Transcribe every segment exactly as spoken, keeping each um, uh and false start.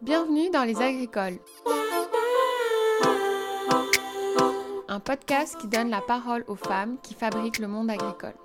Bienvenue dans Les Agricoles, un podcast qui donne la parole aux femmes qui fabriquent le monde agricole.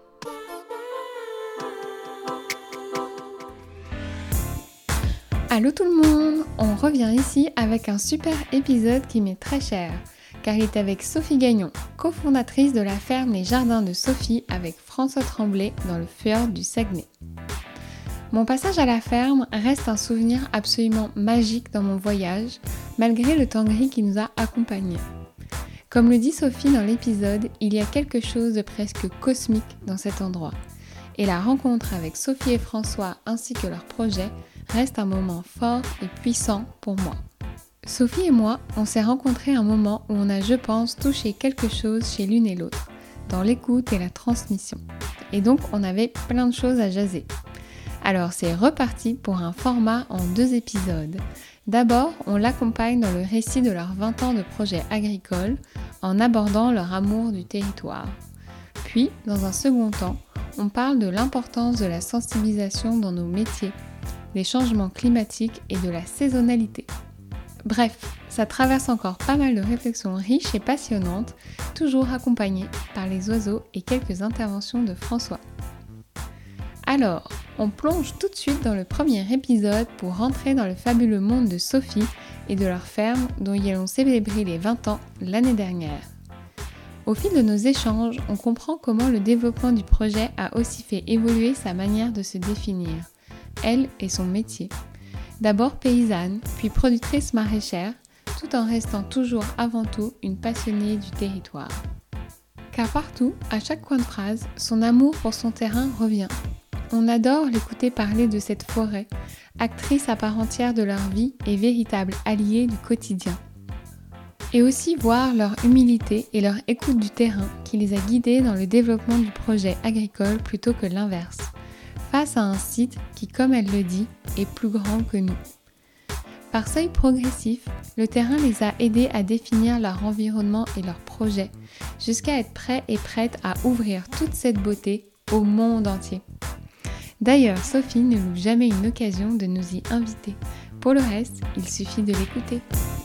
Allô tout le monde, on revient ici avec un super épisode qui m'est très cher, car il est avec Sophie Gagnon, cofondatrice de la ferme Les Jardins de Sophie avec François Tremblay dans le fjord du Saguenay. Mon passage à la ferme reste un souvenir absolument magique dans mon voyage, malgré le temps gris qui nous a accompagnés. Comme le dit Sophie dans l'épisode, il y a quelque chose de presque cosmique dans cet endroit. Et la rencontre avec Sophie et François ainsi que leur projet reste un moment fort et puissant pour moi. Sophie et moi, on s'est rencontrés à un moment où on a, je pense, touché quelque chose chez l'une et l'autre, dans l'écoute et la transmission. Et donc, on avait plein de choses à jaser. Alors c'est reparti pour un format en deux épisodes. D'abord, on l'accompagne dans le récit de leurs vingt ans de projet agricole en abordant leur amour du territoire. Puis, dans un second temps, on parle de l'importance de la sensibilisation dans nos métiers, des changements climatiques et de la saisonnalité. Bref, ça traverse encore pas mal de réflexions riches et passionnantes, toujours accompagnées par les oiseaux et quelques interventions de François. Alors, on plonge tout de suite dans le premier épisode pour rentrer dans le fabuleux monde de Sophie et de leur ferme dont ils ont célébré les vingt ans l'année dernière. Au fil de nos échanges, on comprend comment le développement du projet a aussi fait évoluer sa manière de se définir, elle et son métier. D'abord paysanne, puis productrice maraîchère, tout en restant toujours avant tout une passionnée du territoire. Car partout, à chaque coin de phrase, son amour pour son terrain revient. On adore l'écouter parler de cette forêt, actrice à part entière de leur vie et véritable alliée du quotidien. Et aussi voir leur humilité et leur écoute du terrain qui les a guidés dans le développement du projet agricole plutôt que l'inverse, face à un site qui, comme elle le dit, est plus grand que nous. Par seuil progressif, le terrain les a aidés à définir leur environnement et leur projet, jusqu'à être prêts et prêtes à ouvrir toute cette beauté au monde entier. D'ailleurs, Sophie ne loupe jamais une occasion de nous y inviter. Pour le reste, il suffit de l'écouter.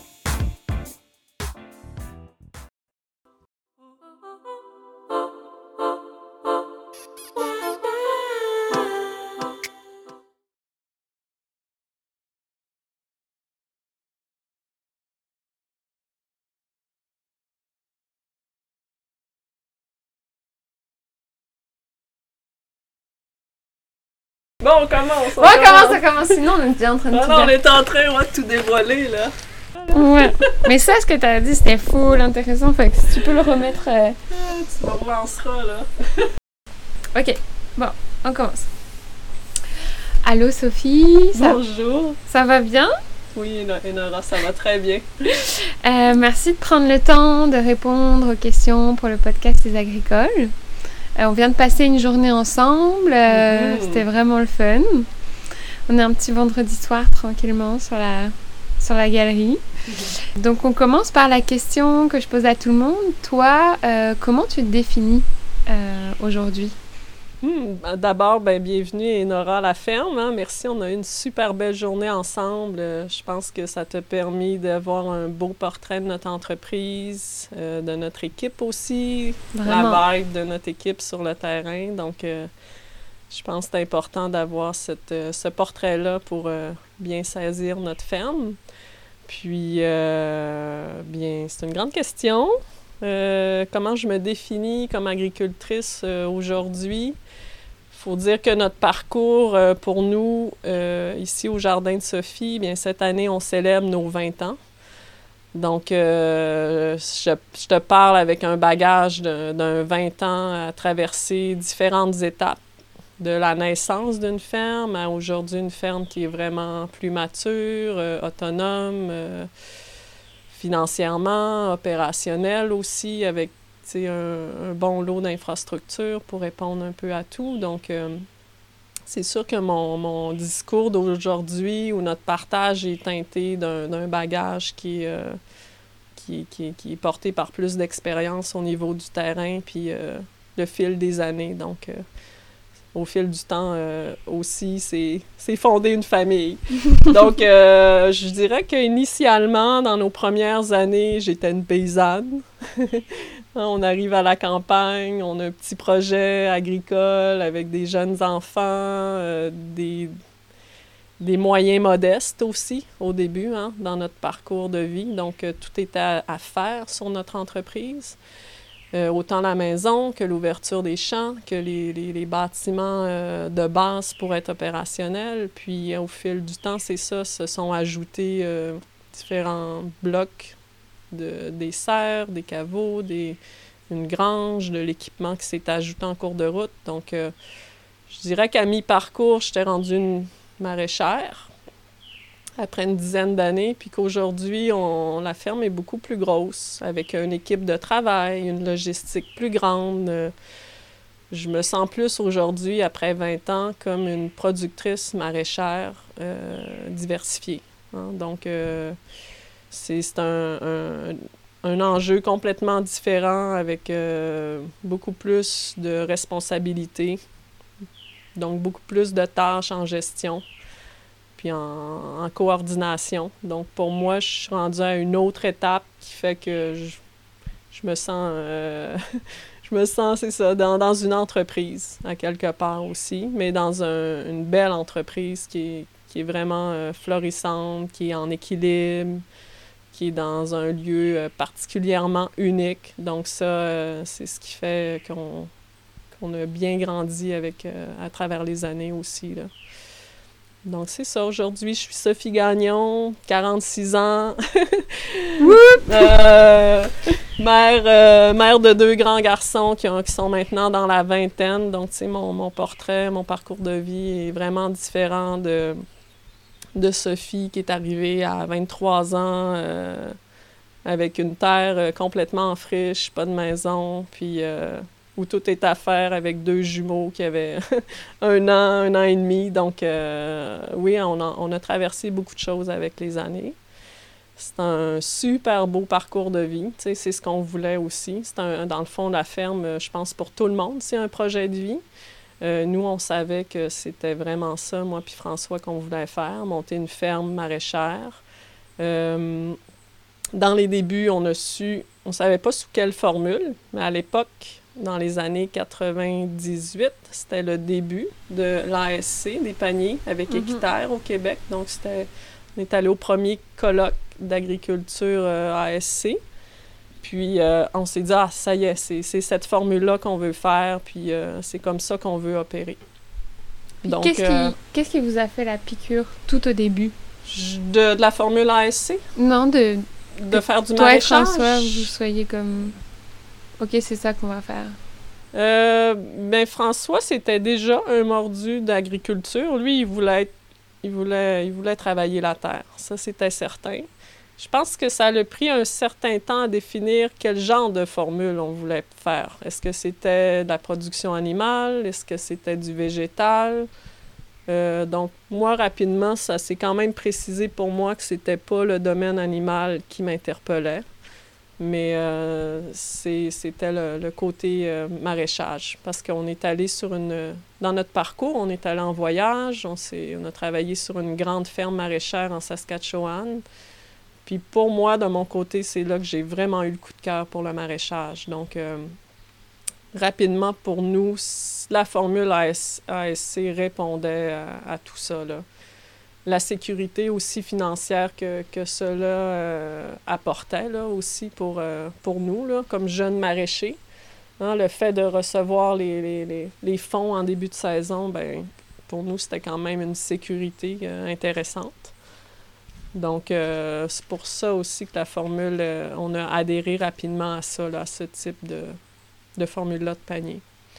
Bon, on commence. On, on commence, on commence. Sinon, on est déjà en train de ah tout non, faire. on est en train ouais, de tout dévoiler, là. Ouais. Mais ça, ce que tu as dit, c'était full intéressant. Fait que si tu peux le remettre... Euh... Ah, tu me relanceras, là. Ok. Bon, on commence. Allô, Sophie. Ça... Bonjour. Ça va bien? Oui, Enora, ça va très bien. euh, merci de prendre le temps de répondre aux questions pour le podcast Les Agricoles. Euh, on vient de passer une journée ensemble, euh, mmh. C'était vraiment le fun. On est un petit vendredi soir tranquillement sur la, sur la galerie. Mmh. Donc on commence par la question que je pose à tout le monde. Toi, euh, comment tu te définis euh, aujourd'hui? Mmh. D'abord, ben, bienvenue Enora à la ferme. Hein. Merci, on a eu une super belle journée ensemble. Euh, je pense que ça t'a permis d'avoir un beau portrait de notre entreprise, euh, de notre équipe aussi, vraiment. La vibe de notre équipe sur le terrain. Donc, euh, je pense que c'est important d'avoir cette, euh, ce portrait-là pour euh, bien saisir notre ferme. Puis, euh, bien, c'est une grande question. Euh, comment je me définis comme agricultrice euh, aujourd'hui? Il faut dire que notre parcours, euh, pour nous, euh, ici au Jardin de Sophie, bien, cette année, on célèbre nos vingt ans. Donc, euh, je, je te parle avec un bagage de, d'un vingt ans à traverser différentes étapes. De la naissance d'une ferme à aujourd'hui une ferme qui est vraiment plus mature, euh, autonome, euh, financièrement, opérationnelle aussi, avec un, un bon lot d'infrastructures pour répondre un peu à tout. Donc, euh, c'est sûr que mon, mon discours d'aujourd'hui ou notre partage est teinté d'un, d'un bagage qui est, euh, qui, qui, qui est porté par plus d'expérience au niveau du terrain puis euh, le fil des années. Donc, euh, au fil du temps euh, aussi, c'est, c'est fonder une famille. Donc, euh, je dirais qu'initialement, dans nos premières années, j'étais une paysanne. On arrive à la campagne, on a un petit projet agricole avec des jeunes enfants, euh, des, des moyens modestes aussi au début, hein, dans notre parcours de vie. Donc, euh, tout était à, à faire sur notre entreprise. Euh, autant la maison que l'ouverture des champs, que les, les, les bâtiments euh, de base pour être opérationnels. Puis, au fil du temps, c'est ça, se sont ajoutés euh, différents blocs. De, des serres, des caveaux, des, une grange, de l'équipement qui s'est ajouté en cours de route. Donc, euh, je dirais qu'à mi-parcours, j'étais rendue une maraîchère après une dizaine d'années, puis qu'aujourd'hui, on, la ferme est beaucoup plus grosse, avec une équipe de travail, une logistique plus grande. Euh, je me sens plus aujourd'hui, après vingt ans, comme une productrice maraîchère euh, diversifiée. Hein? Donc, euh, C'est, c'est un, un, un enjeu complètement différent avec euh, beaucoup plus de responsabilités, donc beaucoup plus de tâches en gestion, puis en, en coordination. Donc pour moi, je suis rendue à une autre étape qui fait que je, je me sens, euh, je me sens, c'est ça, dans, dans une entreprise, à quelque part aussi, mais dans un, une belle entreprise qui est, qui est vraiment euh, florissante, qui est en équilibre, qui est dans un lieu euh, particulièrement unique. Donc ça, euh, c'est ce qui fait qu'on, qu'on a bien grandi avec, euh, à travers les années aussi, là. Donc c'est ça, aujourd'hui, je suis Sophie Gagnon, quarante-six ans, euh, mère, euh, mère de deux grands garçons qui, ont, qui sont maintenant dans la vingtaine. Donc tu sais, mon, mon portrait, mon parcours de vie est vraiment différent de... de Sophie qui est arrivée à vingt-trois ans euh, avec une terre euh, complètement en friche, pas de maison, puis euh, où tout est à faire avec deux jumeaux qui avaient un an, un an et demi. Donc euh, oui, on a, on a traversé beaucoup de choses avec les années. C'est un super beau parcours de vie, tu sais, c'est ce qu'on voulait aussi. C'est un, dans le fond, la ferme, je pense, pour tout le monde, c'est un projet de vie. Euh, nous, on savait que c'était vraiment ça, moi puis François, qu'on voulait faire, monter une ferme maraîchère. Euh, dans les débuts, on a su, on ne savait pas sous quelle formule, mais à l'époque, dans les années quatre-vingt-dix-huit, c'était le début de l'A S C, des paniers, avec mm-hmm. Équiterre au Québec. Donc, c'était, on est allé au premier colloque d'agriculture euh, A S C. Puis, euh, on s'est dit, ah, ça y est, c'est, c'est cette formule-là qu'on veut faire, puis euh, c'est comme ça qu'on veut opérer. Donc, qu'est-ce, euh, qui, qu'est-ce qui vous a fait la piqûre tout au début? De, de la formule A S C? Non, de... De faire du toi maraîchage? Toi et François, vous soyez comme... OK, c'est ça qu'on va faire. Euh, ben François, c'était déjà un mordu d'agriculture. Lui, il voulait, être, il voulait, il voulait travailler la terre. Ça, c'était certain. Je pense que ça a pris un certain temps à définir quel genre de formule on voulait faire. Est-ce que c'était de la production animale? Est-ce que c'était du végétal? Euh, donc, moi, rapidement, ça s'est quand même précisé pour moi que c'était pas le domaine animal qui m'interpellait, mais euh, c'est, c'était le, le côté euh, maraîchage. Parce qu'on est allé sur une... Dans notre parcours, on est allé en voyage, on, s'est, on a travaillé sur une grande ferme maraîchère en Saskatchewan. Puis pour moi, de mon côté, c'est là que j'ai vraiment eu le coup de cœur pour le maraîchage. Donc, euh, rapidement, pour nous, la formule A S C répondait à, à tout ça, là. La sécurité aussi financière que, que cela euh, apportait, là, aussi pour, euh, pour nous, là, comme jeunes maraîchers. Hein, le fait de recevoir les, les, les, les fonds en début de saison, ben, pour nous, c'était quand même une sécurité euh, intéressante. Donc, euh, c'est pour ça aussi que la formule, euh, on a adhéré rapidement à ça, là, à ce type de, de formule-là de panier.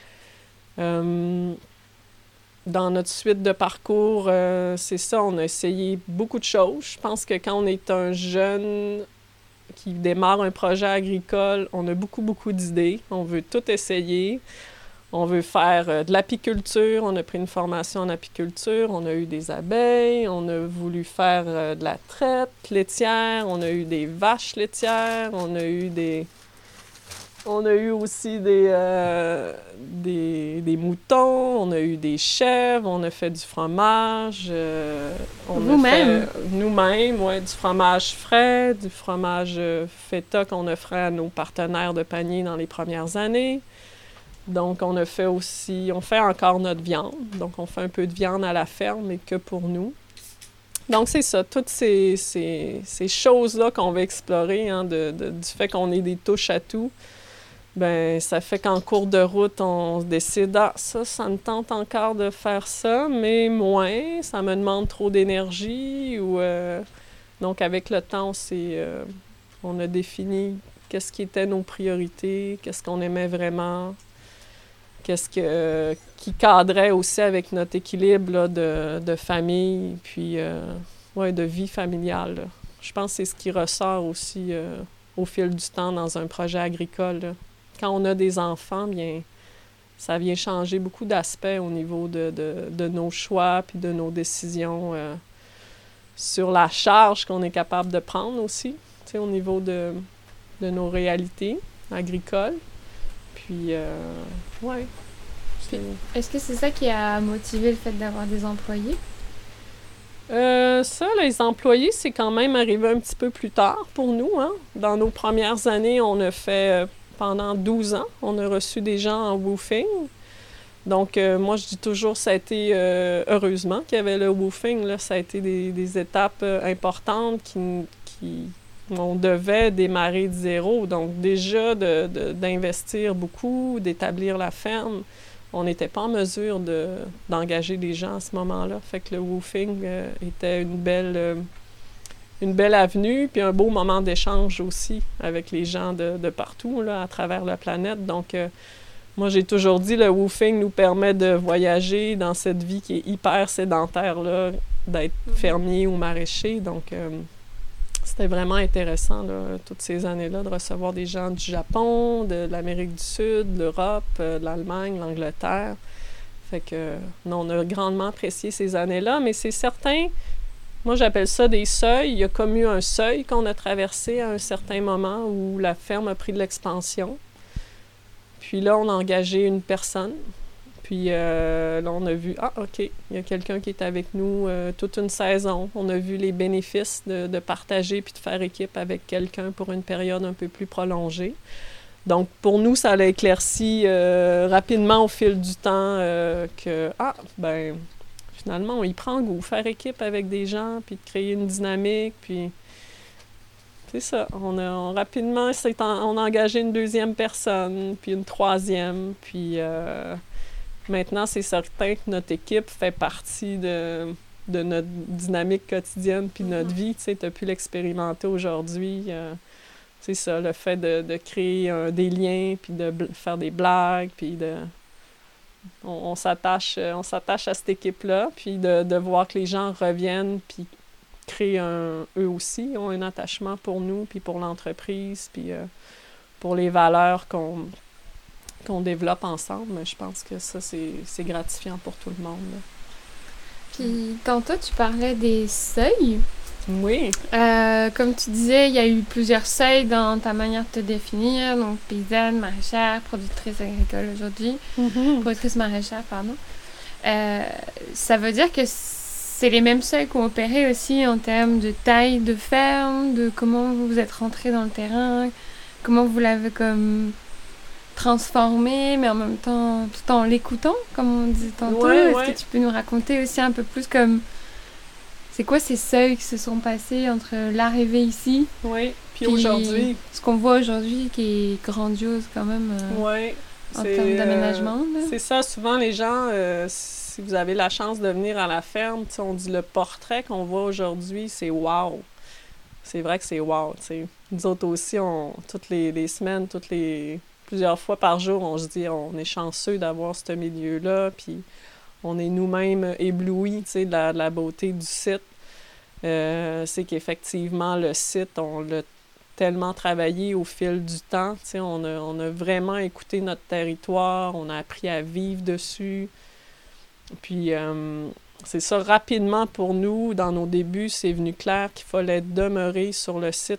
Euh, dans notre suite de parcours, euh, c'est ça, on a essayé beaucoup de choses. Je pense que quand on est un jeune qui démarre un projet agricole, on a beaucoup, beaucoup d'idées. On veut tout essayer. On veut faire euh, de l'apiculture. On a pris une formation en apiculture. On a eu des abeilles. On a voulu faire euh, de la traite laitière. On a eu des vaches laitières. On a eu des... On a eu aussi des, euh, des, des moutons, on a eu des chèvres, on a fait du fromage. Euh, on Vous-même? a fait nous-mêmes, ouais, du fromage frais, du fromage euh, feta qu'on offrait à nos partenaires de panier dans les premières années. Donc, on a fait aussi, on fait encore notre viande. Donc, on fait un peu de viande à la ferme, mais que pour nous. Donc, c'est ça, toutes ces, ces, ces choses-là qu'on va explorer, hein, de, de, du fait qu'on ait des touches à tout, ben ça fait qu'en cours de route, on se décide, ah, ça, ça me tente encore de faire ça, mais moins, ça me demande trop d'énergie. Ou euh... Donc, avec le temps, c'est, euh, on a défini qu'est-ce qui était nos priorités, qu'est-ce qu'on aimait vraiment. Qu'est-ce que, euh, qui cadrait aussi avec notre équilibre là, de, de famille, puis euh, ouais, de vie familiale. Là. Je pense que c'est ce qui ressort aussi euh, au fil du temps dans un projet agricole. Là. Quand on a des enfants, bien, ça vient changer beaucoup d'aspects au niveau de, de, de nos choix puis de nos décisions euh, sur la charge qu'on est capable de prendre aussi, au niveau de, de nos réalités agricoles. Puis, euh, ouais. Puis, est-ce que c'est ça qui a motivé le fait d'avoir des employés? Euh, ça, les employés, c'est quand même arrivé un petit peu plus tard pour nous. Hein? Dans nos premières années, on a fait, euh, pendant douze ans, on a reçu des gens en woofing. Donc, euh, moi, je dis toujours, ça a été, euh, heureusement qu'il y avait le woofing, là, ça a été des, des étapes euh, importantes qui, qui, on devait démarrer de zéro. Donc, déjà, de, de, d'investir beaucoup, d'établir la ferme, on n'était pas en mesure de, d'engager des gens à ce moment-là. Fait que le woofing euh, était une belle, euh, une belle avenue, puis un beau moment d'échange aussi avec les gens de, de partout, là, à travers la planète. Donc, euh, moi, j'ai toujours dit, le woofing nous permet de voyager dans cette vie qui est hyper sédentaire, là, d'être fermier ou maraîcher. Donc, euh, c'était vraiment intéressant, là, toutes ces années-là, de recevoir des gens du Japon, de l'Amérique du Sud, de l'Europe, euh, de l'Allemagne, l'Angleterre. Fait que, non, on a grandement apprécié ces années-là, mais c'est certain, moi j'appelle ça des seuils. Il y a comme eu un seuil qu'on a traversé à un certain moment où la ferme a pris de l'expansion. Puis là, on a engagé une personne. Puis euh, là, on a vu, ah, OK, il y a quelqu'un qui est avec nous euh, toute une saison. On a vu les bénéfices de, de partager puis de faire équipe avec quelqu'un pour une période un peu plus prolongée. Donc, pour nous, ça l'a éclairci euh, rapidement au fil du temps euh, que, ah, ben finalement, on y prend goût. Faire équipe avec des gens, puis de créer une dynamique, puis... C'est ça. On a on, rapidement, c'est en, on a engagé une deuxième personne, puis une troisième, puis euh, maintenant, c'est certain que notre équipe fait partie de, de notre dynamique quotidienne, puis de notre vie. Tu sais, tu as pu l'expérimenter aujourd'hui. Euh, c'est ça, le fait de, de créer un, des liens, puis de bl- faire des blagues, puis de... On, on s'attache, on s'attache à cette équipe-là, puis de, de voir que les gens reviennent, puis créent un, eux aussi, ont un attachement pour nous, puis pour l'entreprise, puis euh, pour les valeurs qu'on, qu'on développe ensemble. Mais je pense que ça, c'est, c'est gratifiant pour tout le monde. Là. Puis tantôt, tu parlais des seuils. Oui. Euh, comme tu disais, il y a eu plusieurs seuils dans ta manière de te définir, donc paysanne, maraîchère, productrice agricole aujourd'hui, Mm-hmm. productrice maraîchère, pardon. Euh, ça veut dire que c'est les mêmes seuils qu'on opérait aussi en termes de taille de ferme, de comment vous vous êtes rentré dans le terrain, comment vous l'avez comme transformé, mais en même temps, tout en l'écoutant, comme on disait tantôt. Ouais, Est-ce ouais. que tu peux nous raconter aussi un peu plus comme... C'est quoi ces seuils qui se sont passés entre l'arrivée ici, Oui. Puis, puis aujourd'hui. ce qu'on voit aujourd'hui qui est grandiose quand même euh, Oui. en C'est, termes d'aménagement? euh, là? c'est ça. Souvent, les gens, euh, si vous avez la chance de venir à la ferme, tu sais, on dit le portrait qu'on voit aujourd'hui, c'est wow. C'est vrai que c'est wow, tu sais. Nous autres aussi, on, toutes les, les semaines, toutes les plusieurs fois par jour, on se dit on est chanceux d'avoir ce milieu-là, puis on est nous-mêmes éblouis, tu sais, de la, de la beauté du site. Euh, c'est qu'effectivement, le site, on l'a tellement travaillé au fil du temps, tu sais, on a, on a vraiment écouté notre territoire, on a appris à vivre dessus. Puis, euh, c'est ça, rapidement pour nous, dans nos débuts, c'est venu clair qu'il fallait demeurer sur le site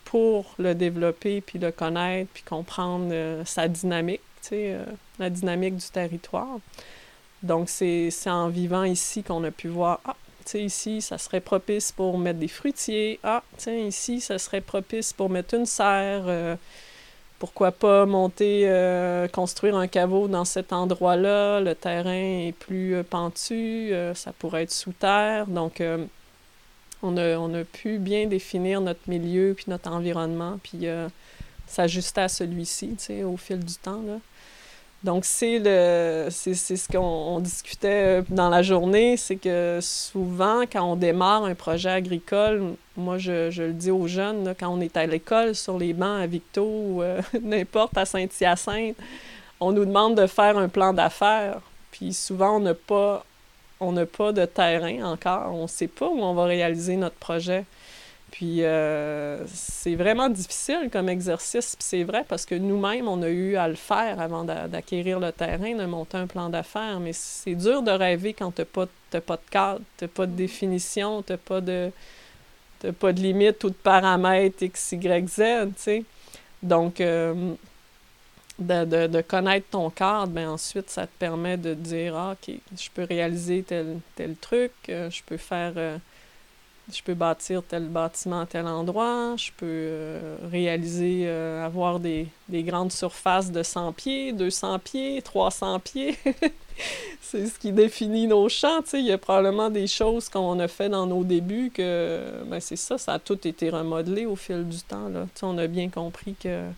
pour le développer, puis le connaître, puis comprendre euh, sa dynamique, tu sais, euh, la dynamique du territoire. Donc, c'est, c'est en vivant ici qu'on a pu voir, ah, tu sais, ici, ça serait propice pour mettre des fruitiers. Ah, tiens, ici, ça serait propice pour mettre une serre. Euh, pourquoi pas monter, euh, construire un caveau dans cet endroit-là. Le terrain est plus euh, pentu, euh, ça pourrait être sous terre. Donc, euh, on a, on a pu bien définir notre milieu puis notre environnement, puis euh, s'ajuster à celui-ci, tu sais, au fil du temps, là. Donc, c'est le c'est, c'est ce qu'on on discutait dans la journée, c'est que souvent, quand on démarre un projet agricole, moi, je, je le dis aux jeunes, là, quand on est à l'école, sur les bancs à Victo ou euh, n'importe, à Saint-Hyacinthe, on nous demande de faire un plan d'affaires. Puis souvent, on n'a pas, on n'a pas de terrain encore. On ne sait pas où on va réaliser notre projet. Puis euh, c'est vraiment difficile comme exercice, puis c'est vrai parce que nous-mêmes, on a eu à le faire avant d'a- d'acquérir le terrain, de monter un plan d'affaires, mais c'est dur de rêver quand t'as pas, t'as pas de cadre, t'as pas de définition, t'as pas de, t'as pas de limite ou de paramètres X, Y, Z, tu sais. Donc, euh, de, de, de connaître ton cadre, bien ensuite, ça te permet de dire, ah, OK, je peux réaliser tel, tel truc, euh, je peux faire... Euh, Je peux bâtir tel bâtiment à tel endroit, je peux euh, réaliser, euh, avoir des, des grandes surfaces de cent pieds, deux cents pieds, trois cents pieds. C'est ce qui définit nos champs, tu sais. Il y a probablement des choses qu'on a fait dans nos débuts que, ben c'est ça, ça a tout été remodelé au fil du temps, là. Tu sais, on a bien compris que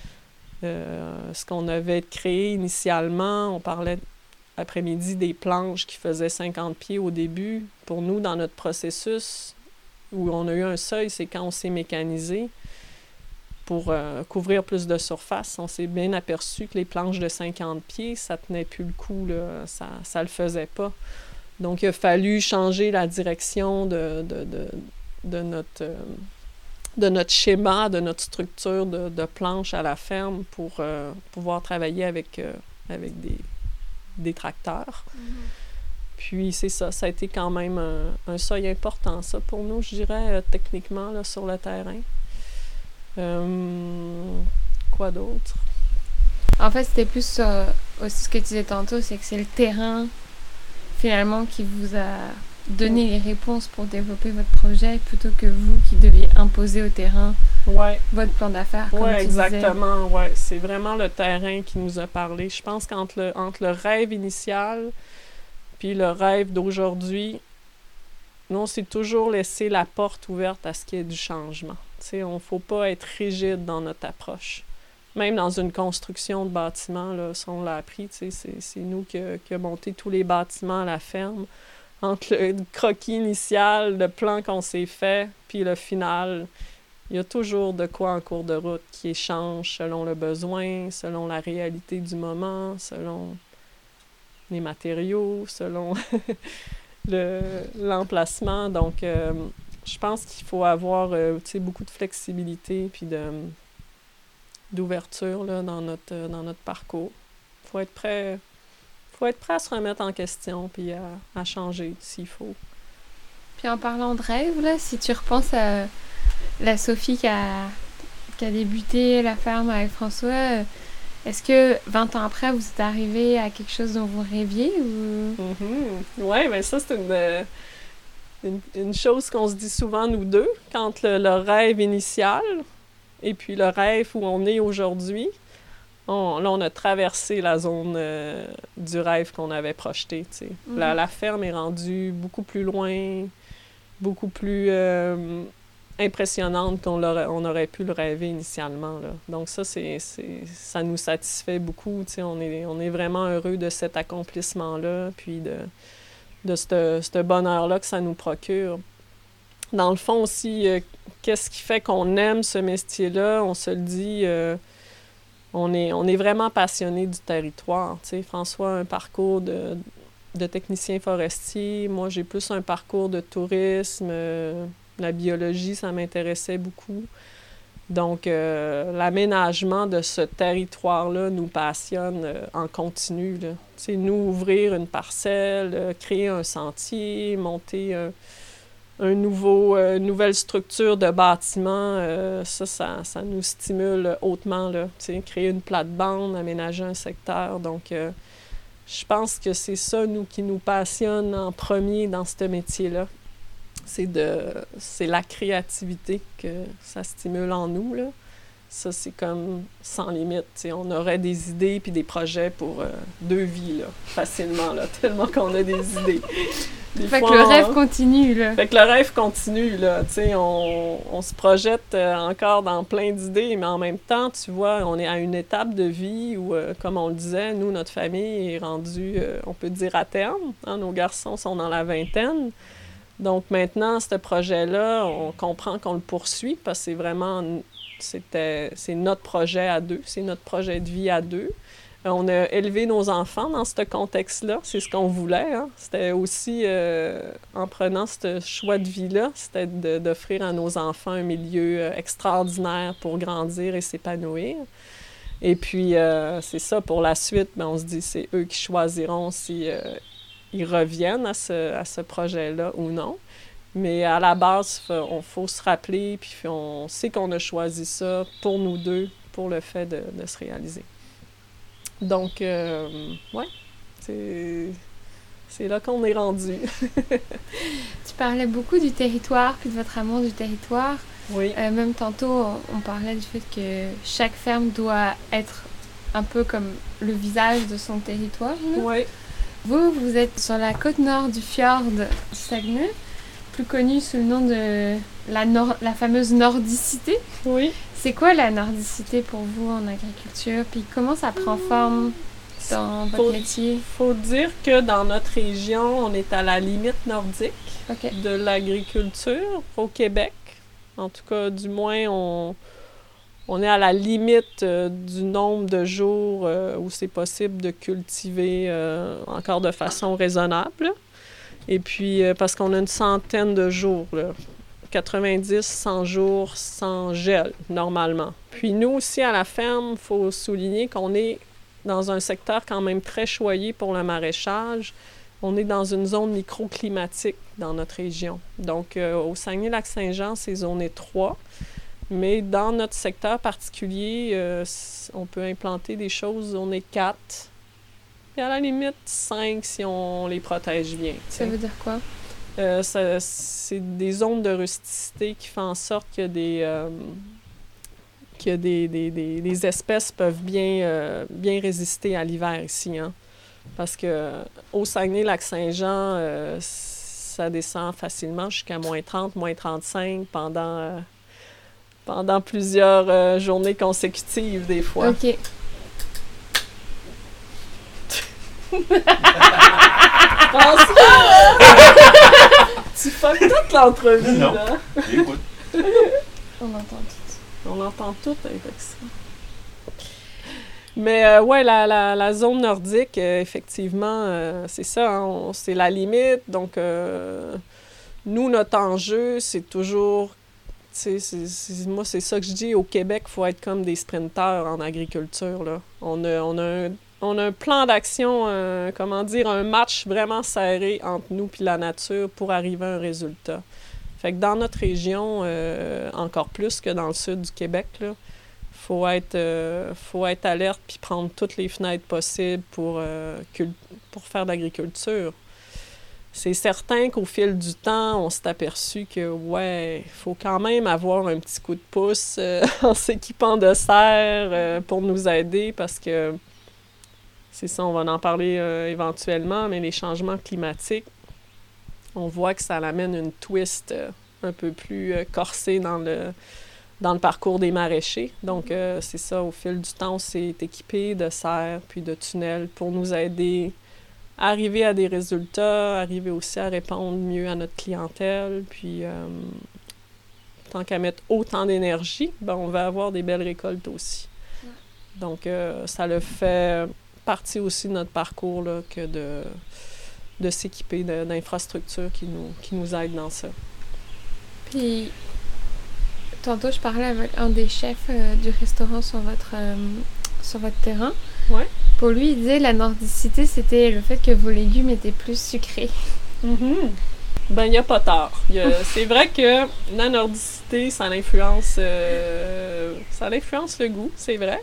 euh, ce qu'on avait créé initialement, on parlait après-midi des planches qui faisaient cinquante pieds au début. Pour nous, dans notre processus, où on a eu un seuil, c'est quand on s'est mécanisé pour euh, couvrir plus de surface. On s'est bien aperçu que les planches de cinquante pieds, ça tenait plus le coup, là, ça ça le faisait pas. Donc, il a fallu changer la direction de, de, de, de, notre, euh, de notre schéma, de notre structure de, de planches à la ferme pour euh, pouvoir travailler avec, euh, avec des, des tracteurs. Mm-hmm. Puis c'est ça, ça a été quand même un, un seuil important, ça, pour nous, je dirais, euh, techniquement, là, sur le terrain. Euh, quoi d'autre? En fait, c'était plus euh, aussi ce que tu disais tantôt, c'est que c'est le terrain, finalement, qui vous a donné les réponses pour développer votre projet, plutôt que vous qui deviez imposer au terrain ouais. votre plan d'affaires. Oui, exactement, ouais. C'est vraiment le terrain qui nous a parlé. Je pense qu'entre le, entre le rêve initial... Puis le rêve d'aujourd'hui, nous, on s'est toujours laissé la porte ouverte à ce qu'il y ait du changement. Tu sais, on ne faut pas être rigide dans notre approche. Même dans une construction de bâtiment, là, ça, on l'a appris, tu sais, c'est, c'est nous qui a monté tous les bâtiments à la ferme. Entre le croquis initial, le plan qu'on s'est fait, puis le final, il y a toujours de quoi en cours de route qui échange selon le besoin, selon la réalité du moment, selon... les matériaux, selon le, l'emplacement. Donc, euh, je pense qu'il faut avoir euh, beaucoup de flexibilité puis de, d'ouverture là, dans, notre, dans notre parcours. Il faut être prêt, faut être prêt à se remettre en question puis à, à changer s'il faut. Puis en parlant de rêve, là, si tu repenses à la Sophie qui a, qui a débuté la ferme avec François... Est-ce que vingt ans après, vous êtes arrivé à quelque chose dont vous rêviez ou... Mm-hmm. Oui, bien ça, c'est une, une, une chose qu'on se dit souvent, nous deux, quand le, le rêve initial et puis le rêve où on est aujourd'hui, on, là, on a traversé la zone euh, du rêve qu'on avait projeté. Tu sais. Mm-hmm. la, la ferme est rendue beaucoup plus loin, beaucoup plus... Euh, impressionnante qu'on l'aurait, on aurait pu le rêver initialement, là. Donc ça, c'est, c'est, ça nous satisfait beaucoup. Tu sais, on est, on est vraiment heureux de cet accomplissement-là, puis de, de ce bonheur-là que ça nous procure. Dans le fond aussi, euh, qu'est-ce qui fait qu'on aime ce métier-là? On se le dit, euh, on est, on est vraiment passionné du territoire. Tu sais, François a un parcours de, de technicien forestier. Moi, j'ai plus un parcours de tourisme. Euh, La biologie, ça m'intéressait beaucoup. Donc, euh, l'aménagement de ce territoire-là nous passionne euh, en continu, là. Tu sais, nous, ouvrir une parcelle, euh, créer un sentier, monter un, un nouveau, euh, nouvelle structure de bâtiment, euh, ça, ça, ça nous stimule hautement, là. Tu sais, créer une plate-bande, aménager un secteur. Donc, euh, je pense que c'est ça, nous, qui nous passionne en premier dans ce métier-là. C'est de, c'est la créativité que ça stimule en nous, là. Ça, c'est comme sans limite. T'sais, on aurait des idées puis des projets pour euh, deux vies, là, facilement, là, tellement qu'on a des idées. Des fait fois, que le on... rêve continue, là. Fait que le rêve continue, là. T'sais, on, on se projette euh, encore dans plein d'idées, mais en même temps, tu vois, on est à une étape de vie où, euh, comme on le disait, nous, notre famille est rendue, euh, on peut dire, à terme. Hein, nos garçons sont dans la vingtaine. Donc maintenant, ce projet-là, on comprend qu'on le poursuit parce que c'est vraiment... C'était, c'est notre projet à deux, c'est notre projet de vie à deux. Euh, on a élevé nos enfants dans ce contexte-là, c'est ce qu'on voulait. Hein. C'était aussi, euh, en prenant ce choix de vie-là, c'était de, d'offrir à nos enfants un milieu euh, extraordinaire pour grandir et s'épanouir. Et puis, euh, c'est ça, pour la suite, ben, on se dit c'est eux qui choisiront si euh, ils reviennent à ce, à ce projet-là ou non. Mais à la base, il faut se rappeler, puis on sait qu'on a choisi ça pour nous deux, pour le fait de, de se réaliser. Donc, euh, ouais, c'est, c'est là qu'on est rendu. Tu parlais beaucoup du territoire, puis de votre amour du territoire. Oui. Euh, même tantôt, on, on parlait du fait que chaque ferme doit être un peu comme le visage de son territoire. Oui. Vous, vous êtes sur la côte nord du fjord du Saguenay, plus connu sous le nom de la, nor- la fameuse nordicité. Oui. C'est quoi la nordicité pour vous en agriculture? Puis comment ça prend forme dans votre faut, métier? Il faut dire que dans notre région, on est à la limite nordique okay. de l'agriculture au Québec. En tout cas, du moins, on, on est à la limite euh, du nombre de jours euh, où c'est possible de cultiver euh, encore de façon raisonnable. Et puis, euh, parce qu'on a une centaine de jours, là, quatre-vingt-dix, cent jours sans gel, normalement. Puis nous aussi, à la ferme, il faut souligner qu'on est dans un secteur quand même très choyé pour le maraîchage. On est dans une zone microclimatique dans notre région. Donc, euh, au Saguenay-Lac-Saint-Jean, c'est zone trois. Mais dans notre secteur particulier, euh, on peut implanter des choses zone quatre. Et à la limite, cinq si on les protège bien. Ça veut dire quoi? Euh, ça, c'est des zones de rusticité qui font en sorte que des, euh, que des, des, des, des espèces peuvent bien, euh, bien résister à l'hiver ici. Hein? Parce que au Saguenay-Lac-Saint-Jean, euh, ça descend facilement jusqu'à moins trente, moins trente-cinq pendant, euh, pendant plusieurs euh, journées consécutives des fois. OK. Tu fuck toute l'entrevue, non. là. Écoute. On entend tout. On entend tout avec ça. Mais euh, ouais, la, la, la zone nordique, euh, effectivement, euh, c'est ça, hein, on, c'est la limite. Donc, euh, nous, notre enjeu, c'est toujours... C'est, c'est, c'est, moi, c'est ça que je dis. Au Québec, il faut être comme des sprinteurs en agriculture, là. On a, on a un... On a un plan d'action, euh, comment dire, un match vraiment serré entre nous et la nature pour arriver à un résultat. Fait que dans notre région, euh, encore plus que dans le sud du Québec, il faut être, euh, faut être alerte puis prendre toutes les fenêtres possibles pour, euh, cul- pour faire de l'agriculture. C'est certain qu'au fil du temps, on s'est aperçu que, ouais, il faut quand même avoir un petit coup de pouce euh, en s'équipant de serre euh, pour nous aider parce que c'est ça, on va en parler euh, éventuellement, mais les changements climatiques, on voit que ça amène une twist euh, un peu plus euh, corsée dans le, dans le parcours des maraîchers. Donc, euh, c'est ça, au fil du temps, on s'est équipé de serres puis de tunnels pour nous aider à arriver à des résultats, arriver aussi à répondre mieux à notre clientèle. Puis, euh, tant qu'à mettre autant d'énergie, ben, on va avoir des belles récoltes aussi. Donc, euh, ça le fait... partie aussi de notre parcours là, que de, de s'équiper de, d'infrastructures qui nous, qui nous aident dans ça. Puis, tantôt, je parlais avec un des chefs euh, du restaurant sur votre, euh, sur votre terrain. Ouais. Pour lui, il disait la nordicité, c'était le fait que vos légumes étaient plus sucrés. Mm-hmm. Ben, il n'y a pas tard. Y a, c'est vrai que la nordicité, ça influence, euh, ça influence le goût, c'est vrai.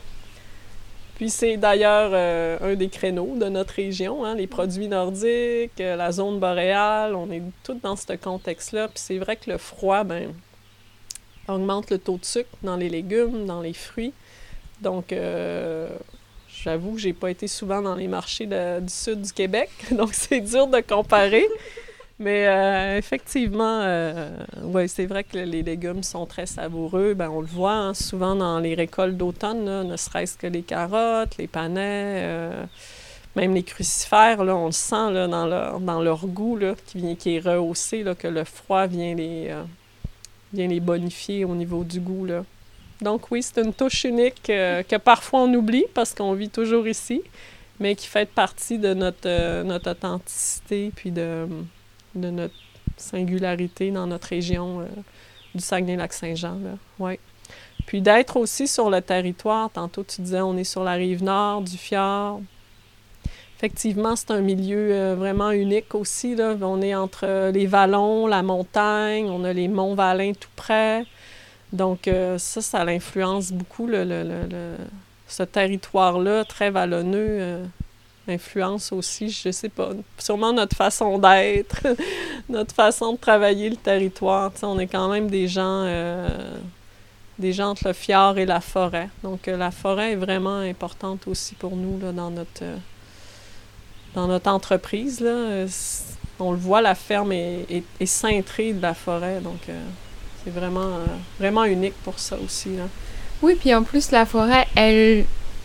Puis c'est d'ailleurs euh, un des créneaux de notre région, hein, les produits nordiques, euh, la zone boréale, on est tous dans ce contexte-là. Puis c'est vrai que le froid, ben, augmente le taux de sucre dans les légumes, dans les fruits. Donc, euh, j'avoue que j'ai pas été souvent dans les marchés de, du sud du Québec, donc c'est dur de comparer. Mais euh, effectivement, euh, ouais, c'est vrai que les légumes sont très savoureux. Ben, on le voit hein, souvent dans les récoltes d'automne, là, ne serait-ce que les carottes, les panais, euh, même les crucifères, là, on le sent là, dans, leur, dans leur goût là, qui, vient, qui est rehaussé, là, que le froid vient les, euh, vient les bonifier au niveau du goût. Là. Donc oui, c'est une touche unique euh, que parfois on oublie parce qu'on vit toujours ici, mais qui fait partie de notre, euh, notre authenticité puis de... de notre singularité dans notre région euh, du Saguenay-Lac-Saint-Jean. Là. Ouais. Puis d'être aussi sur le territoire, tantôt tu disais on est sur la rive nord du fjord. Effectivement, c'est un milieu euh, vraiment unique aussi. Là. On est entre les vallons, la montagne, on a les monts Valin tout près. Donc euh, ça, ça l'influence beaucoup, le, le, le, le, ce territoire-là, très vallonneux. Euh, influence aussi, je sais pas, sûrement notre façon d'être, notre façon de travailler le territoire. T'sais, on est quand même des gens, euh, des gens entre le fjord et la forêt. Donc, euh, la forêt est vraiment importante aussi pour nous là, dans notre, euh, dans notre entreprise. Là. Euh, on le voit, la ferme est, est, est cintrée de la forêt. Donc, euh, c'est vraiment, euh, vraiment unique pour ça aussi. Là. Oui, puis en plus, la forêt, elle...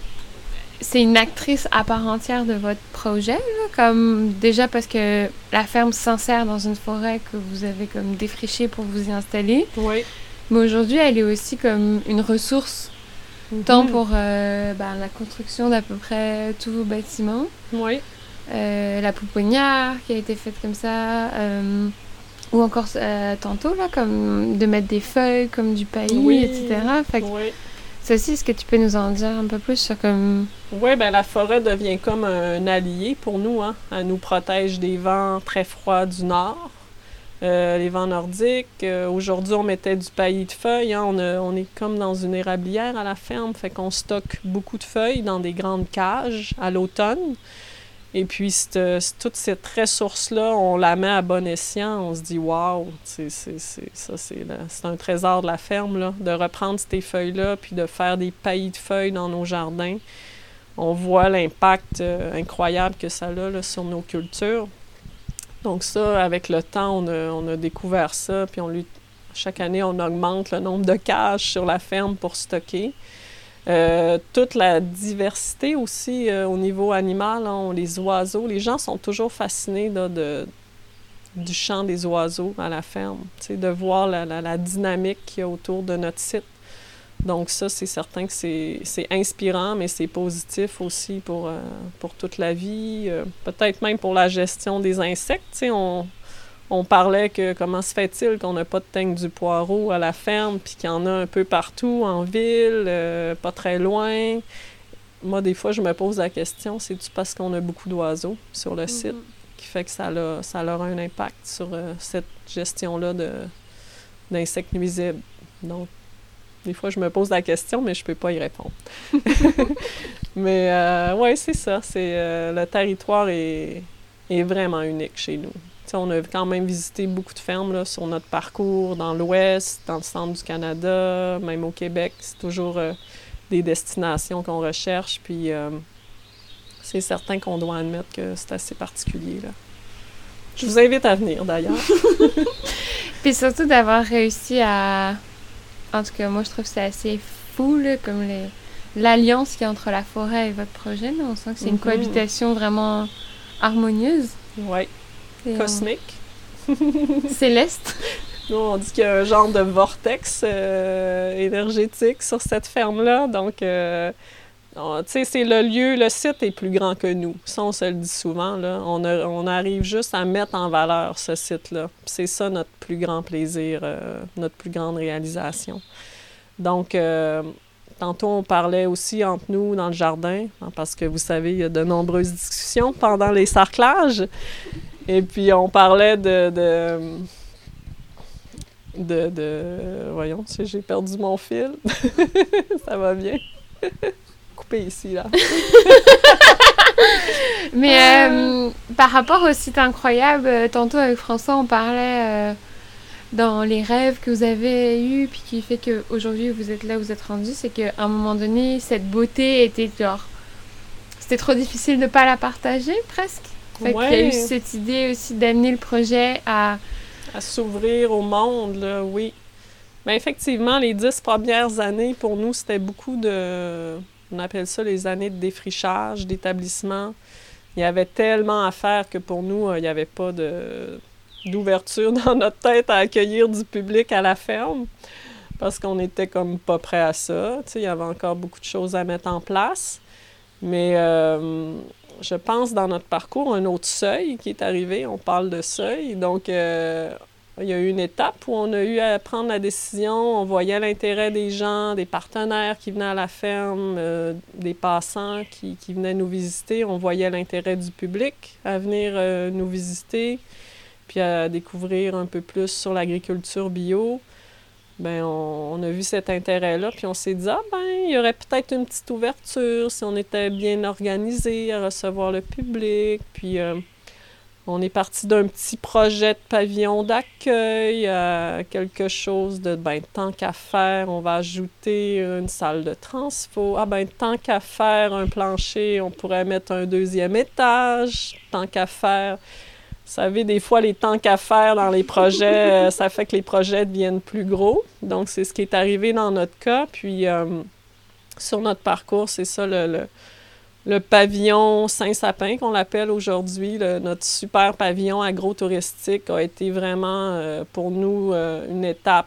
c'est une actrice à part entière de votre projet, là, comme déjà parce que la ferme s'insère dans une forêt que vous avez comme défrichée pour vous y installer. Oui. Mais aujourd'hui, elle est aussi comme une ressource, mm-hmm. tant pour euh, ben, la construction d'à peu près tous vos bâtiments. Oui. Euh, la pouponnière qui a été faite comme ça, euh, ou encore euh, tantôt, là, comme de mettre des feuilles, comme du paillis, oui. et cetera. Fait que, oui. ça aussi, est-ce que tu peux nous en dire un peu plus sur comme... Oui, bien la forêt devient comme un allié pour nous, hein. Elle nous protège des vents très froids du nord, euh, les vents nordiques. Euh, aujourd'hui, on mettait du paillis de feuilles, hein. On, a, on est comme dans une érablière à la ferme, fait qu'on stocke beaucoup de feuilles dans des grandes cages à l'automne. Et puis, c'est, c'est, toute cette ressource-là, on la met à bon escient. On se dit, waouh, c'est, c'est, c'est, ça, c'est, la, c'est un trésor de la ferme, là, de reprendre ces feuilles-là puis de faire des paillis de feuilles dans nos jardins. On voit l'impact euh, incroyable que ça a là, sur nos cultures. Donc, ça, avec le temps, on a, on a découvert ça. Puis, on lui, chaque année, on augmente le nombre de cages sur la ferme pour stocker. Euh, toute la diversité aussi euh, au niveau animal, hein, les oiseaux, les gens sont toujours fascinés là, de, du chant des oiseaux à la ferme, de voir la, la, la dynamique qu'il y a autour de notre site. Donc ça, c'est certain que c'est, c'est inspirant, mais c'est positif aussi pour, euh, pour toute la vie, euh, peut-être même pour la gestion des insectes. On, on parlait que comment se fait-il qu'on n'a pas de teigne du poireau à la ferme, puis qu'il y en a un peu partout, en ville, euh, pas très loin. Moi, des fois, je me pose la question, c'est-tu parce qu'on a beaucoup d'oiseaux sur le site mm-hmm. qui fait que ça a, ça a un impact sur euh, cette gestion-là de, d'insectes nuisibles? Donc, des fois, je me pose la question, mais je peux pas y répondre. Mais euh, oui, c'est ça. C'est, euh, le territoire est, est vraiment unique chez nous. T'sais, on a quand même visité beaucoup de fermes là, sur notre parcours, dans l'Ouest, dans le centre du Canada, même au Québec. C'est toujours euh, des destinations qu'on recherche. Puis euh, c'est certain qu'on doit admettre que c'est assez particulier. Là. Je vous invite à venir, d'ailleurs. Puis surtout d'avoir réussi à... En tout cas, moi, je trouve que c'est assez fou, là, comme les... l'alliance qu'il y a entre la forêt et votre projet. Là. On sent que c'est mm-hmm. une cohabitation vraiment harmonieuse. Oui. Et cosmique. On... Céleste. Nous, on dit qu'il y a un genre de vortex euh, énergétique sur cette ferme-là. Donc, euh, tu sais, c'est le lieu, le site est plus grand que nous. Ça, on se le dit souvent, là. On, a, on arrive juste à mettre en valeur ce site-là. Puis c'est ça notre plus grand plaisir, euh, notre plus grande réalisation. Donc, euh, tantôt, on parlait aussi entre nous dans le jardin, hein, parce que vous savez, il y a de nombreuses discussions pendant les sarclages. Et puis, on parlait de... de De, de... Voyons, tu sais, j'ai perdu mon fil. Ça va bien. Coupé ici, là. Mais euh, par rapport au site incroyable, euh, tantôt avec François, on parlait euh, dans les rêves que vous avez eus, puis qui fait qu'aujourd'hui vous êtes là, vous êtes rendu, c'est qu'à un moment donné, cette beauté était genre... C'était trop difficile de ne pas la partager, presque. Fait Ouais. qu'il y a eu cette idée aussi d'amener le projet à... À s'ouvrir au monde, là, oui. Bien, effectivement, les dix premières années, pour nous, c'était beaucoup de... On appelle ça les années de défrichage, d'établissement. Il y avait tellement à faire que pour nous, euh, il n'y avait pas de... d'ouverture dans notre tête à accueillir du public à la ferme, parce qu'on était comme pas prêt à ça. Tu sais, il y avait encore beaucoup de choses à mettre en place. Mais euh, je pense dans notre parcours, un autre seuil qui est arrivé, on parle de seuil, donc euh, il y a eu une étape où on a eu à prendre la décision, on voyait l'intérêt des gens, des partenaires qui venaient à la ferme, euh, des passants qui, qui venaient nous visiter, on voyait l'intérêt du public à venir euh, nous visiter, puis à découvrir un peu plus sur l'agriculture bio. Bien, on, on a vu cet intérêt-là, puis on s'est dit, ah ben, il y aurait peut-être une petite ouverture si on était bien organisé à recevoir le public. Puis euh, on est parti d'un petit projet de pavillon d'accueil à quelque chose de, ben, tant qu'à faire, on va ajouter une salle de transfo. Ah ben, tant qu'à faire un plancher, on pourrait mettre un deuxième étage. Tant qu'à faire... Vous savez, des fois, les temps qu'à faire dans les projets, euh, ça fait que les projets deviennent plus gros. Donc, c'est ce qui est arrivé dans notre cas. Puis, euh, sur notre parcours, c'est ça, le, le, le pavillon Saint-Sapin, qu'on l'appelle aujourd'hui, le, notre super pavillon agro-touristique, a été vraiment, euh, pour nous, euh, une étape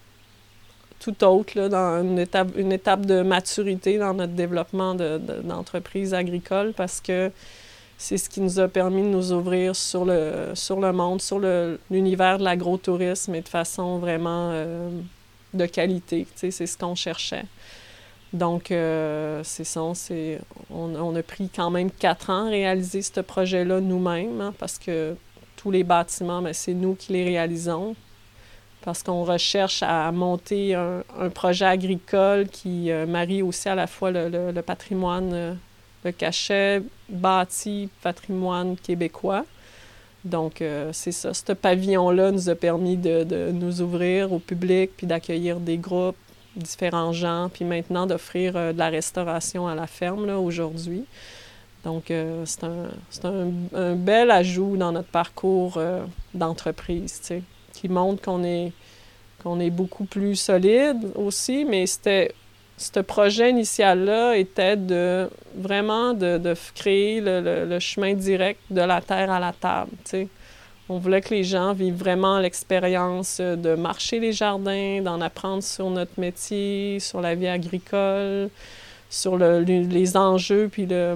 tout autre, là, dans une étape, une étape de maturité dans notre développement de, de, d'entreprise agricole, parce que c'est ce qui nous a permis de nous ouvrir sur le, sur le monde, sur le, l'univers de l'agrotourisme et de façon vraiment euh, de qualité. Tu sais, c'est ce qu'on cherchait. Donc, euh, c'est ça, c'est, on, on a pris quand même quatre ans à réaliser ce projet-là nous-mêmes, hein, parce que tous les bâtiments, bien, c'est nous qui les réalisons, parce qu'on recherche à monter un, un projet agricole qui euh, marie aussi à la fois le, le, le patrimoine euh, le cachet bâti patrimoine québécois. Donc, euh, c'est ça. Ce pavillon-là nous a permis de, de nous ouvrir au public, puis d'accueillir des groupes, différents gens, puis maintenant d'offrir euh, de la restauration à la ferme, là, aujourd'hui. Donc, euh, c'est, un, c'est un, un bel ajout dans notre parcours euh, d'entreprise, tu sais, qui montre qu'on est, qu'on est beaucoup plus solide aussi, mais c'était... Ce projet initial-là était de vraiment de, de créer le, le, le chemin direct de la terre à la table, tu sais. On voulait que les gens vivent vraiment l'expérience de marcher les jardins, d'en apprendre sur notre métier, sur la vie agricole, sur le, les enjeux, puis le,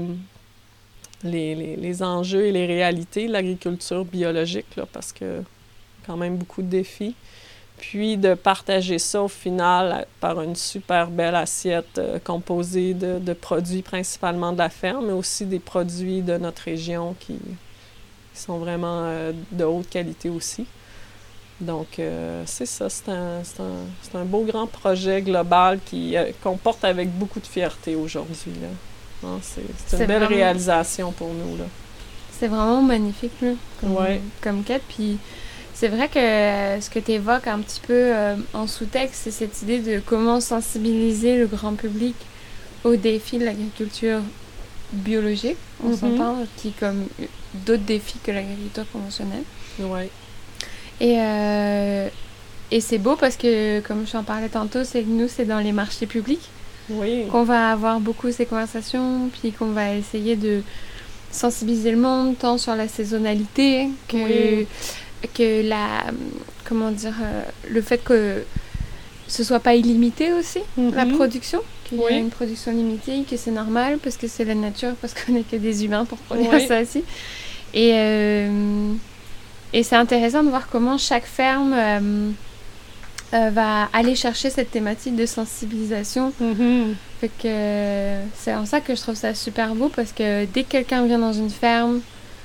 les, les, les enjeux et les réalités de l'agriculture biologique, là, parce que quand même beaucoup de défis. Puis de partager ça au final par une super belle assiette euh, composée de, de produits principalement de la ferme, mais aussi des produits de notre région qui, qui sont vraiment euh, de haute qualité aussi. Donc, euh, c'est ça, c'est un, c'est, un, c'est un beau grand projet global qui, euh, qu'on porte avec beaucoup de fierté aujourd'hui, là. Hein, c'est, c'est une C'est belle vraiment... réalisation pour nous, là. C'est vraiment magnifique, là, comme, ouais. comme quête, puis... C'est vrai que euh, ce que tu évoques un petit peu euh, en sous-texte, c'est cette idée de comment sensibiliser le grand public aux défis de l'agriculture biologique, on mm-hmm. s'entend, qui est comme d'autres défis que l'agriculture conventionnelle. Ouais. Et, euh, et c'est beau parce que, comme je t'en parlais tantôt, c'est que nous, c'est dans les marchés publics oui. qu'on va avoir beaucoup ces conversations, puis qu'on va essayer de sensibiliser le monde, tant sur la saisonnalité que... Oui. que la comment dire euh, le fait que ce soit pas illimité aussi mm-hmm. la production, qu'il oui. y a une production limitée, que c'est normal parce que c'est la nature, parce qu'on n'est que des humains pour produire oui. ça aussi, et euh, et c'est intéressant de voir comment chaque ferme euh, euh, va aller chercher cette thématique de sensibilisation. Mm-hmm. Fait que euh, c'est en ça que je trouve ça super beau, parce que dès que quelqu'un vient dans une ferme,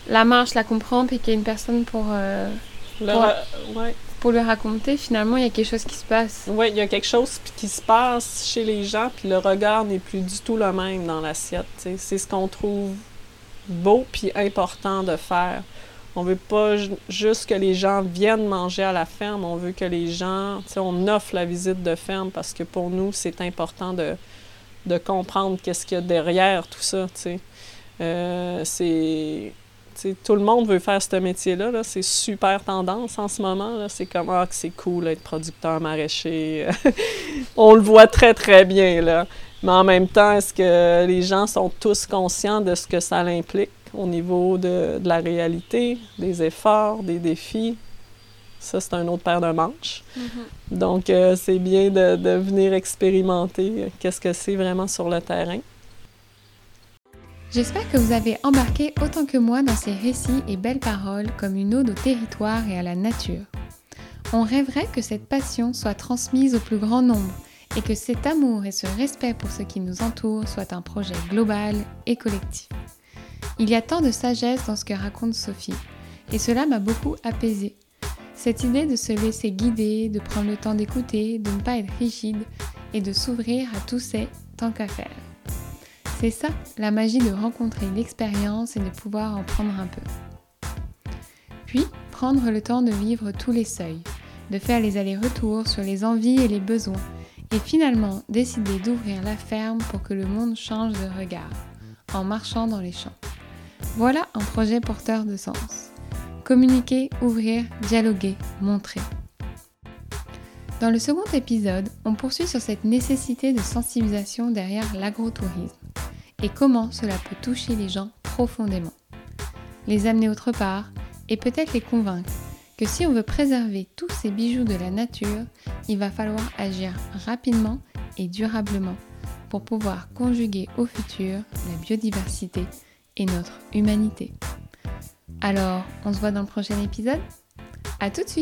la marche la comprend puis qu'il y a une personne pour, euh, Le pour, ra- ouais. pour lui raconter, finalement, il y a quelque chose qui se passe. Oui, il y a quelque chose qui se passe chez les gens, puis le regard n'est plus du tout le même dans l'assiette. T'sais. C'est ce qu'on trouve beau puis important de faire. On veut pas ju- juste que les gens viennent manger à la ferme, on veut que les gens, tu sais, on offre la visite de ferme parce que pour nous, c'est important de, de comprendre qu'est-ce qu'il y a derrière tout ça, tu sais. Euh, c'est... tu sais, tout le monde veut faire ce métier-là, là. C'est super tendance en ce moment, là. C'est comme, ah, que c'est cool être producteur maraîcher. On le voit très, très bien, là. Mais en même temps, est-ce que les gens sont tous conscients de ce que ça implique au niveau de, de la réalité, des efforts, des défis? Ça, c'est un autre paire de manches. Mm-hmm. Donc, euh, c'est bien de, de venir expérimenter qu'est-ce que c'est vraiment sur le terrain. J'espère que vous avez embarqué autant que moi dans ces récits et belles paroles comme une ode au territoire et à la nature. On rêverait que cette passion soit transmise au plus grand nombre et que cet amour et ce respect pour ce qui nous entoure soient un projet global et collectif. Il y a tant de sagesse dans ce que raconte Sophie et cela m'a beaucoup apaisée. Cette idée de se laisser guider, de prendre le temps d'écouter, de ne pas être rigide et de s'ouvrir à tous ces tant qu'à faire. C'est ça, la magie de rencontrer l'expérience et de pouvoir en prendre un peu. Puis, prendre le temps de vivre tous les seuils, de faire les allers-retours sur les envies et les besoins, et finalement décider d'ouvrir la ferme pour que le monde change de regard, en marchant dans les champs. Voilà un projet porteur de sens. Communiquer, ouvrir, dialoguer, montrer. Dans le second épisode, on poursuit sur cette nécessité de sensibilisation derrière l'agrotourisme et comment cela peut toucher les gens profondément. Les amener autre part et peut-être les convaincre que si on veut préserver tous ces bijoux de la nature, il va falloir agir rapidement et durablement pour pouvoir conjuguer au futur la biodiversité et notre humanité. Alors, on se voit dans le prochain épisode ? À tout de suite !